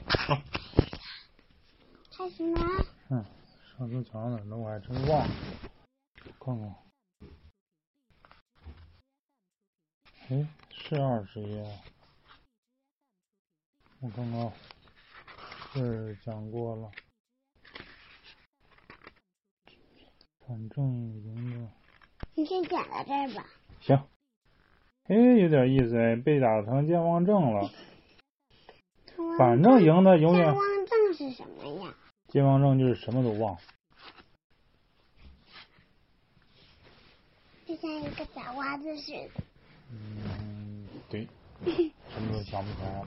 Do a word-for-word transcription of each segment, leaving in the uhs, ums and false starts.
好， 开始吗？ 嗯，上次讲到哪儿了？我还真忘了。看看，哎，是二十页。我刚刚是讲过了。反正赢的。 你先讲到这儿吧。 行。哎，有点意思哎，被打成健忘症了。反正赢的永远。 健忘症是什么呀？ 健忘症就是什么都忘。 就像一个傻瓜子似的。 嗯，对，什么都想不起来了。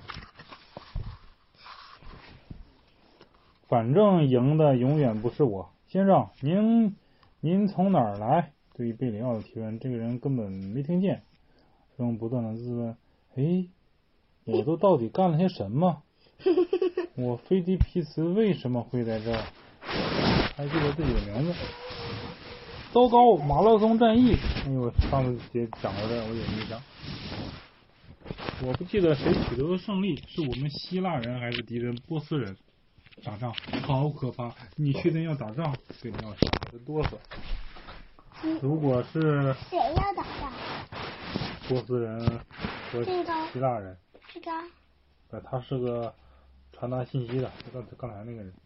反正赢的永远不是我，先生，您您从哪儿来？对于贝里奥的提问，这个人根本没听见，正不断的自问：哎，我都到底干了些什么？我菲迪皮茨为什么会在这儿？还记得自己的名字？糟糕，马拉松战役！哎呦，上次也讲过这，我有印象。我不记得谁取得了胜利，是我们希腊人还是敌人波斯人？打仗好可怕！你确定要打仗？贝里奥吓得哆嗦。如果是谁要打仗？ 波斯人和希腊人。 这个。 呃，他是个传达信息的，刚刚才那个人。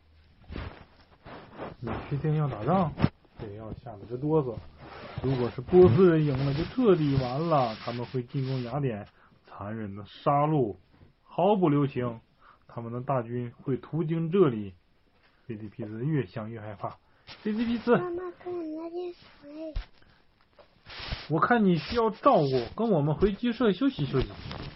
你确定要打仗？贝里奥吓得直哆嗦。如果是波斯人赢了，就彻底完了。他们会进攻雅典，残忍的杀戮，毫不留情。他们的大军会途经这里。菲迪皮斯越想越害怕。菲迪皮斯， 妈妈看那件水。 我看你需要照顾，跟我们回鸡舍休息休息。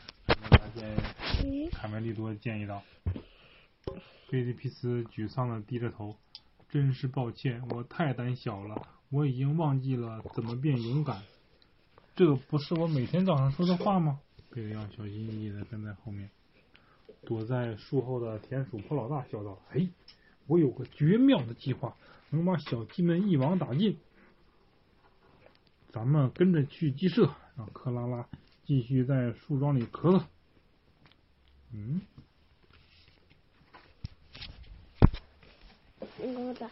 卡梅利多建议道。菲迪皮斯沮丧的低着头。真是抱歉，我太胆小了，我已经忘记了怎么变勇敢。这不是我每天早上说的话吗？贝里奥小心翼翼的跟在后面。躲在树后的田鼠普老大笑道：嘿，我有个绝妙的计划，能把小鸡们一网打尽。咱们跟着去鸡舍，让克拉拉继续在树桩里咳嗽。嗯， 我的。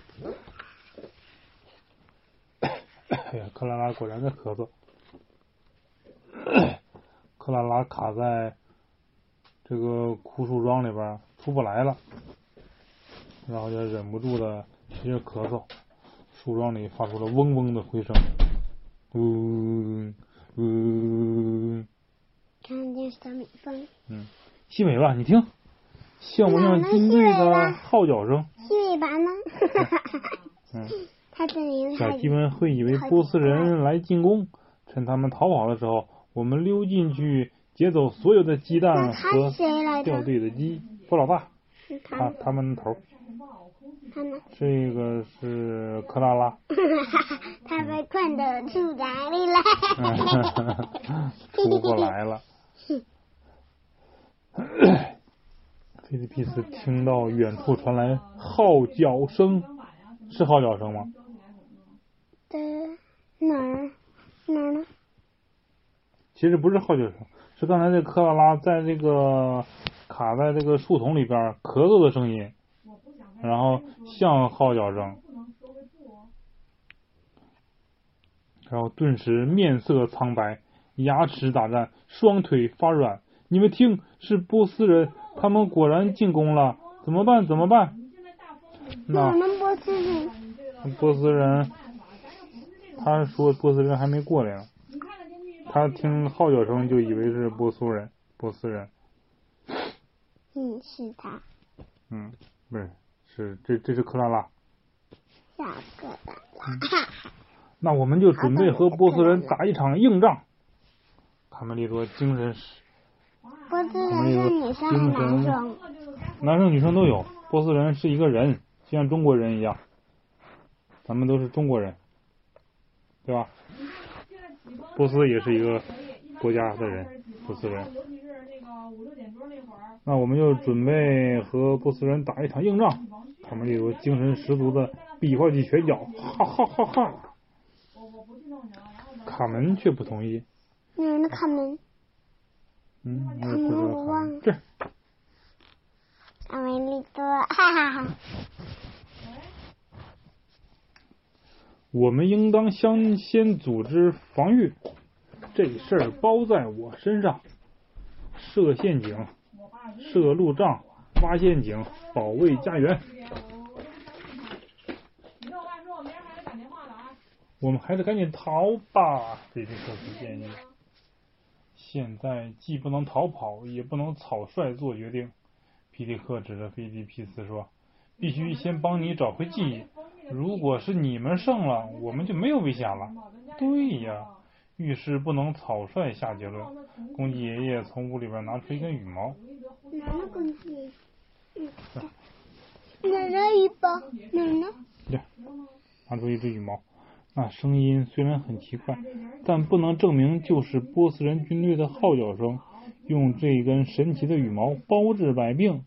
哎呀，克拉拉果然在咳嗽。克拉拉卡在这个枯树桩里边出不来了，然后就忍不住的接着咳嗽。树桩里发出了嗡嗡的回声。嗡嗡。 看见小蜜蜂。 嗯，细尾巴，你听，像不像军队的号角声？ 细尾巴呢？ 嗯， 他的名字。 小鸡们会以为波斯人来进攻，趁他们逃跑的时候，我们溜进去劫走所有的鸡蛋和掉队的鸡。波老大，他他们的头。 他呢？ 这个是克拉拉。 他被困到树丛里了。 出不来了。菲迪皮斯听到远处传来号角声，是号角声吗？ 在哪儿？哪儿呢？ 其实不是号角声，是刚才这克拉拉在这个卡在这个树丛里边咳嗽的声音，然后像号角声，然后顿时面色苍白，牙齿打颤，双腿发软。你们听，是波斯人，他们果然进攻了，怎么办？怎么办？那我们波斯人， 波斯人，他说波斯人还没过来呢，他听号角声就以为是波斯人，波斯人。 嗯，是他。 嗯，不是，是这这是克拉拉。 小克拉拉。 嗯、那我们就准备和波斯人打一场硬仗。卡梅利多精神是。 波斯人是女生还是男生？ 男生女生都有。波斯人是一个人，就像中国人一样，咱们都是中国人，对吧？波斯也是一个国家的人，波斯人。那我们就准备和波斯人打一场硬仗。他们有精神十足的比划起拳脚，哈哈哈哈！卡门却不同意。 哪儿呢？卡门？ 嗯，我也不知道卡门。这卡梅利多，哈哈哈。 我们应当先先组织防御，这事儿包在我身上。设陷阱，设路障，挖陷阱，保卫家园。我们还是赶紧逃吧，菲利克斯建议。现在既不能逃跑，也不能草率做决定。皮迪克指着菲利皮斯说：“必须先帮你找回记忆。如果是你们胜了，我们就没有危险了。”对呀，遇事不能草率下结论。公鸡爷爷从屋里边拿出一根羽毛。 哪呢，公鸡？嗯，哪呢羽毛？哪呢？ 对，拿出一只羽毛。那声音虽然很奇怪，但不能证明就是波斯人军队的号角声。用这根神奇的羽毛包治百病，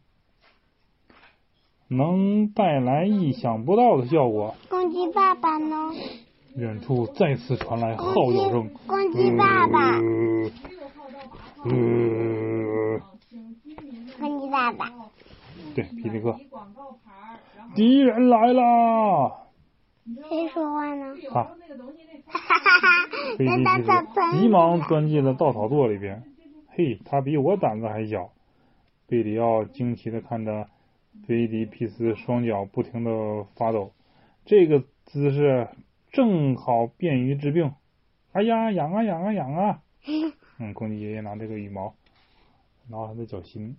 能带来意想不到的效果。 公鸡爸爸呢？ 远处再次传来号角声。 公鸡爸爸。 呃呃、 公鸡爸爸。 对，皮迪克。敌人来啦！ 谁说话呢？ 他。 哈哈哈哈！ 菲迪皮斯急忙钻进了稻草垛里边。嘿，他比我胆子还小。贝里奥惊奇地看着菲迪皮斯双脚不停地发抖，这个姿势正好便于治病。哎呀，痒啊痒啊痒啊！嗯，公鸡爷爷拿这个羽毛挠他的脚心。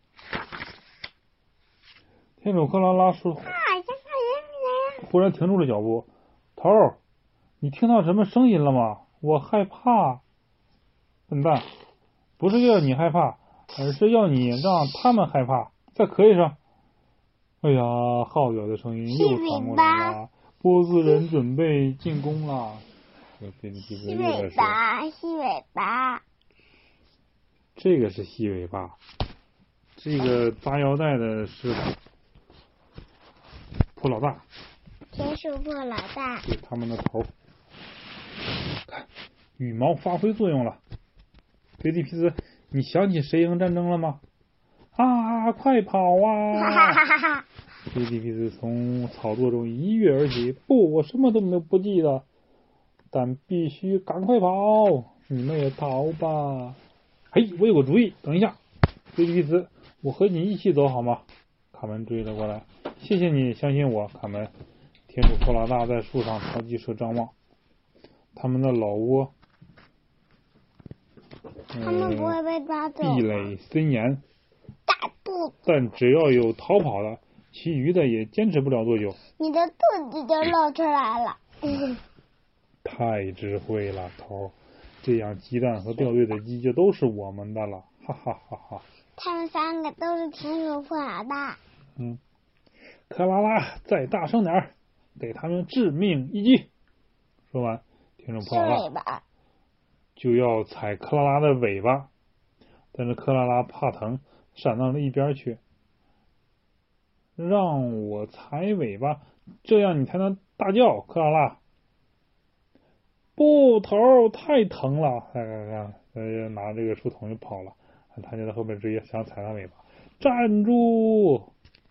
天主克拉拉说，忽然停住了脚步。头儿，你听到什么声音了吗？我害怕。笨蛋，不是要你害怕，而是要你让他们害怕。再咳一声。哎呀，号角的声音又传过来了，波斯人准备进攻了。 细尾巴，细尾巴。 这个是细尾巴，这个扎腰带的是破老大。 田鼠破老大。 对，他们的头。看，羽毛发挥作用了。菲迪皮斯，你想起谁赢战争了吗？啊，快跑啊！菲迪皮斯从草垛中一跃而起。不，我什么都没有不记得，但必须赶快跑！你们也逃吧！嘿，我有个主意，等一下，菲迪皮斯，我和你一起走好吗？卡门追了过来。谢谢你相信我，卡门。天主托拉大在树上朝鸡舍张望，他们的老窝， 他们不会被抓走。 壁垒森严， 大肚子， 但只要有逃跑的，其余的也坚持不了多久。 你的肚子就露出来了。 太智慧了，头，这样鸡蛋和掉队的鸡就都是我们的了，哈哈哈哈！ 他们三个都是天主破老大。 嗯，克拉拉，再大声点儿，给他们致命一击！说完，天主破老大就要踩克拉拉的尾巴，但是克拉拉怕疼，闪到了一边去。让我踩尾巴，这样你才能大叫，克拉拉。不，头太疼了！看看看，呃，拿这个树桶就跑了。他就在后面追，想踩他尾巴。站住！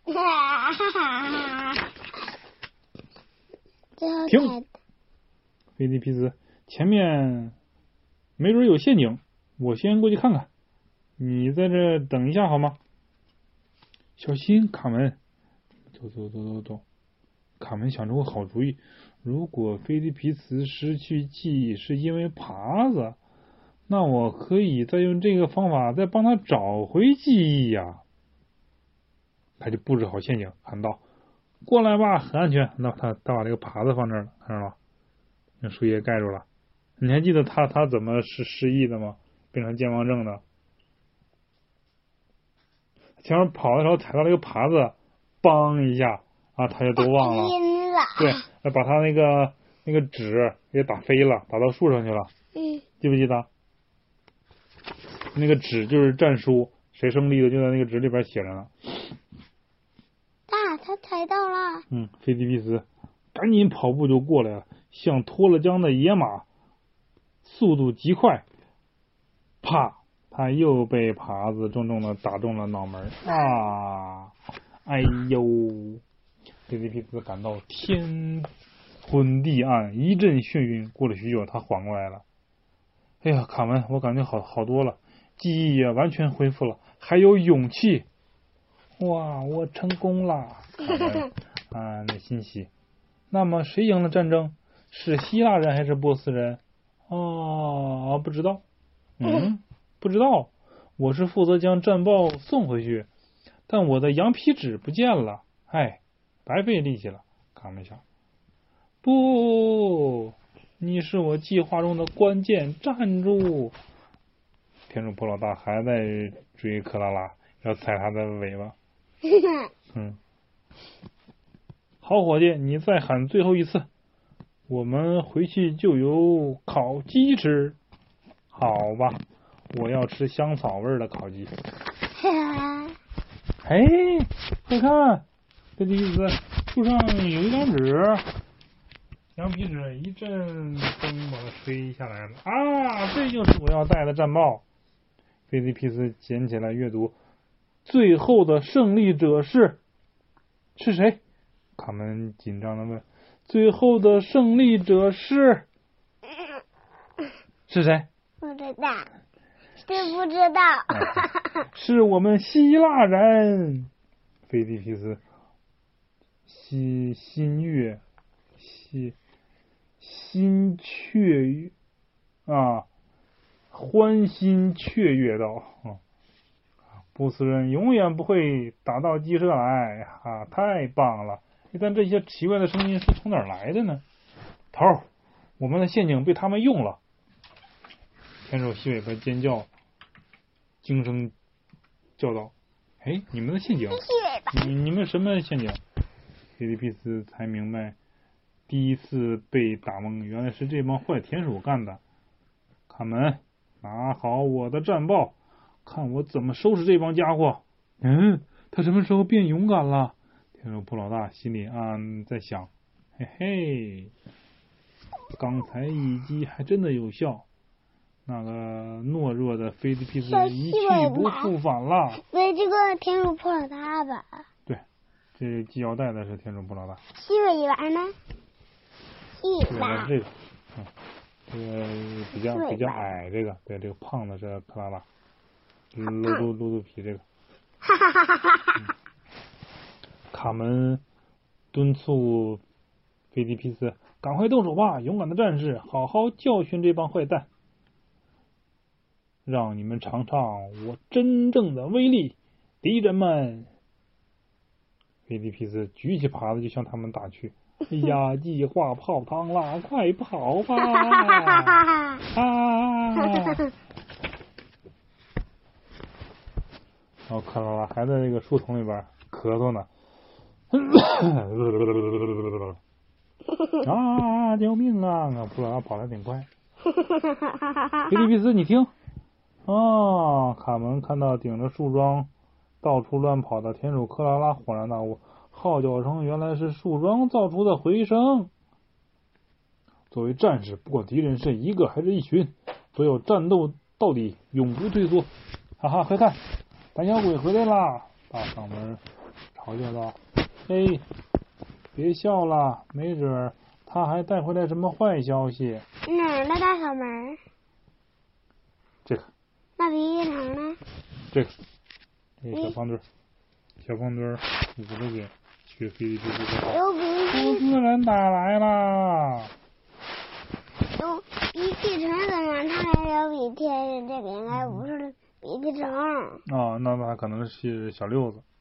停！菲迪皮斯，前面没准有陷阱，我先过去看看。你在这等一下好吗？小心，卡门！走走走走走。卡门想出个好主意，如果菲迪皮斯失去记忆是因为耙子，那我可以再用这个方法再帮他找回记忆呀、啊。他就布置好陷阱，喊道：“过来吧，很安全。”那他他把这个耙子放这儿了，看着了，用树叶盖住了。你还记得他他怎么是失忆的吗？变成健忘症的。前面跑的时候踩到了一个耙子，梆一下啊，他就都忘了。对，把他那个那个纸给打飞了，打到树上去了。 嗯。 记不记得？那个纸就是战书，谁胜利的就在那个纸里边写着呢。 啊，他踩到了。 嗯，菲迪皮斯赶紧跑步就过来了，像脱了缰的野马，速度极快。啪，他他又被耙子重重的打中了脑门啊！哎呦！菲利皮斯感到天昏地暗，一阵眩晕。过了许久，他缓过来了。哎呀，卡门，我感觉好好多了，记忆也完全恢复了，还有勇气。哇，我成功了！卡门啊，那欣喜。那么谁赢了战争？是希腊人还是波斯人？啊，不知道。嗯，不知道。我是负责将战报送回去，但我的羊皮纸不见了。唉，白费力气了。卡门想。不，你是我计划中的关键，站住！天主婆老大还在追克拉拉，要踩他的尾巴。嗯，好伙计，你再喊最后一次，我们回去就有烤鸡吃。好吧，我要吃香草味的烤鸡。哎，快看，这个意思，树上有一张纸，羊皮纸一阵风把它吹下来了。啊，这就是我要带的战报。菲利皮斯捡起来阅读，最后的胜利者是是谁？卡门紧张的问。最后的胜利者是是谁？ 不知道，是不知道。 是我们希腊人。菲利皮斯心心悦心心雀跃啊，欢欣雀跃道：“啊，波斯人永远不会打到鸡舍来啊！太棒了！但这些奇怪的声音是从哪儿来的呢？头儿，我们的陷阱被他们用了！”天手细尾巴尖叫，惊声叫道：“哎，你们的陷阱！你你们什么陷阱？”菲利皮斯才明白，第一次被打懵，原来是这帮坏田鼠干的。卡门，拿好我的战报，看我怎么收拾这帮家伙。嗯，他什么时候变勇敢了？天主普老大心里暗暗在想，嘿嘿，刚才一击还真的有效。那个懦弱的菲利皮斯一去不复返了。 对，这个天主普老大吧？ 对，这系腰带的是天主普老大。 西尾巴呢？西尾巴。 这个，嗯，这个比较比较矮，这个对，这个胖的是克拉拉，露露露肚皮这个。 哈哈哈哈哈！ 卡门敦促菲利皮斯赶快动手吧，勇敢的战士，好好教训这帮坏蛋。让你们尝尝我真正的威力，敌人们！菲利皮斯举起耙子就向他们打去。哎呀，计划泡汤了，快跑吧！啊！然后克拉拉还在这个树丛里边咳嗽呢。啊！救命啊！普拉拉跑得挺快。菲利皮斯，你听。哦，卡门看到顶着树桩到处乱跑的田鼠克拉拉，恍然大悟，号角声原来是树桩造出的回声。作为战士，不管敌人是一个还是一群，都要战斗到底，永不退缩。哈哈，快看，胆小鬼回来啦！大嗓门嘲笑道：“嘿，别笑了，没准他还带回来什么坏消息。” 哪儿的大嗓门？ 这个。 那鼻涕糖呢？ 这个，这个小胖墩儿，小胖墩儿捂着嘴去菲利皮斯。 有鼻涕。 波斯人打来啦！ 有鼻涕虫怎么？他还有鼻涕，这个应该不是鼻涕虫。 啊，那那可能是小六子。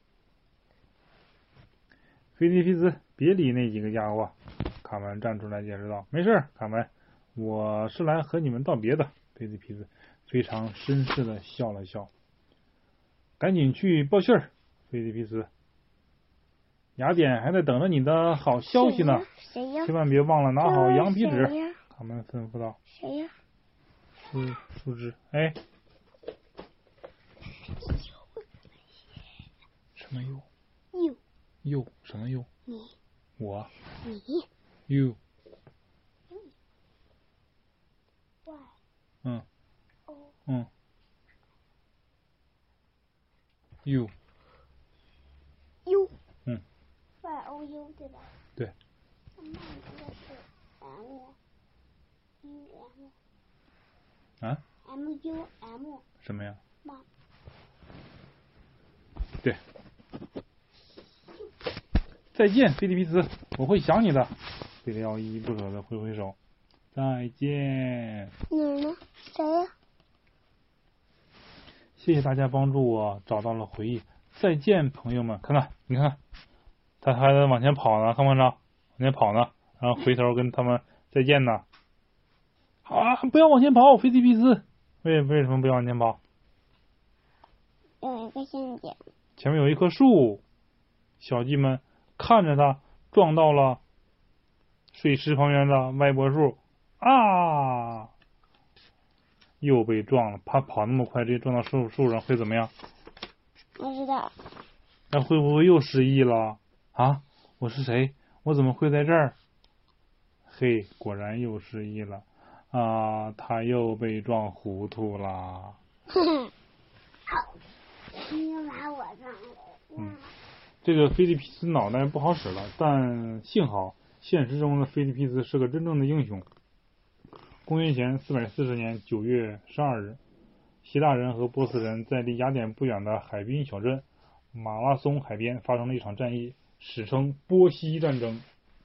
菲利皮斯，别理那几个家伙。卡门站出来解释道：“没事，卡门，我是来和你们道别的。”菲利皮斯非常绅士的笑了笑。赶紧去报信儿，菲利皮斯。雅典还在等着你的好消息呢。 谁呀？ 千万别忘了拿好羊皮纸。卡门吩咐道。 谁呀？ 树树枝，哎。什么又？ 又。 又什么又？ 你。 我。 你。 you。 Y。 嗯。 O。 嗯。 Y O U 对吧？ 对。 那慢这个是 M U M。 啊 ？M U M。 什么呀？ 慢。 对。再见，菲利皮斯，我会想你的。贝里奥依依不舍的挥挥手，再见。 哪儿呢？谁呀？ 谢谢大家帮助我找到了回忆。再见，朋友们！看看，你看看，他还在往前跑呢，看不看着？往前跑呢，然后回头跟他们再见呢。啊！不要往前跑，菲利皮斯！为为什么不要往前跑？ 有一个陷阱。 前面有一棵树，小鸡们看着它撞到了水池旁边的歪脖树啊！又被撞了，它跑那么快，直接撞到树树上会怎么样？ 我知道。 那会不会又失忆了啊？我是谁？我怎么会在这儿？嘿，果然又失忆了啊！他又被撞糊涂了。 好，你又把我撞了。 嗯，这个菲利皮斯脑袋不好使了，但幸好现实中的菲利皮斯是个真正的英雄。公元前四百四十年九月十二日，希腊人和波斯人在离雅典不远的海滨小镇马拉松海边发生了一场战役，史称波西战争。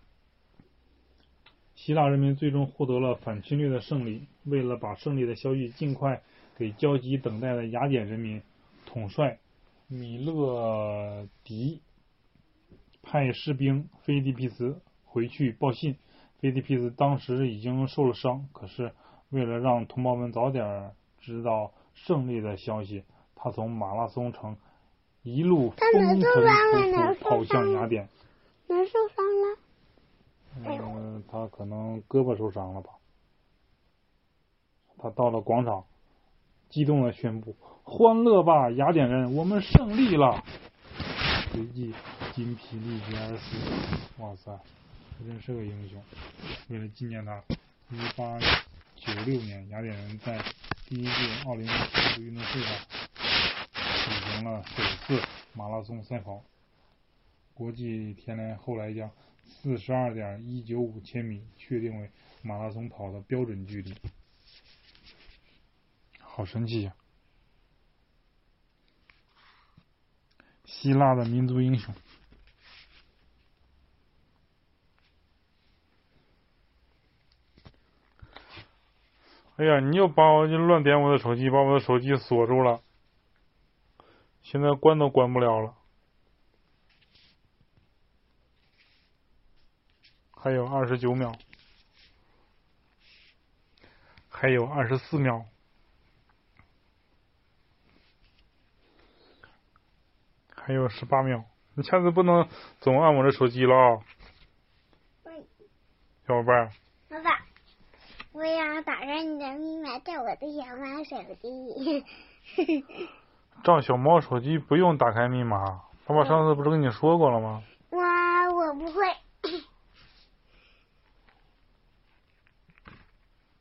希腊人民最终获得了反侵略的胜利。为了把胜利的消息尽快给焦急等待的雅典人民，统帅米勒迪派士兵菲利皮斯回去报信。菲利皮斯当时已经受了伤，可是为了让同胞们早点知道胜利的消息，他从马拉松城一路风尘仆仆跑向雅典。 哪受伤了？ 嗯，他可能胳膊受伤了吧。他到了广场，激动地宣布：“欢乐吧，雅典人，我们胜利了！”随即筋疲力竭而死。哇塞，他真是个英雄。为了纪念他，一八九六年，雅典人在第一届奥林匹克运动会上举行了首次马拉松赛跑。国际田联后来将四十二点一九五千米确定为马拉松跑的标准距离。好神奇呀！希腊的民族英雄。哎呀，你又把我就乱点我的手机，把我的手机锁住了，现在关都关不了了。还有二十九秒，还有二十四秒，还有十八秒。你下次不能总按我的手机了啊！小伙伴。 爸爸，我要打开你的密码，在我的小猫手机。 照小猫手机不用打开密码，爸爸上次不是跟你说过了吗？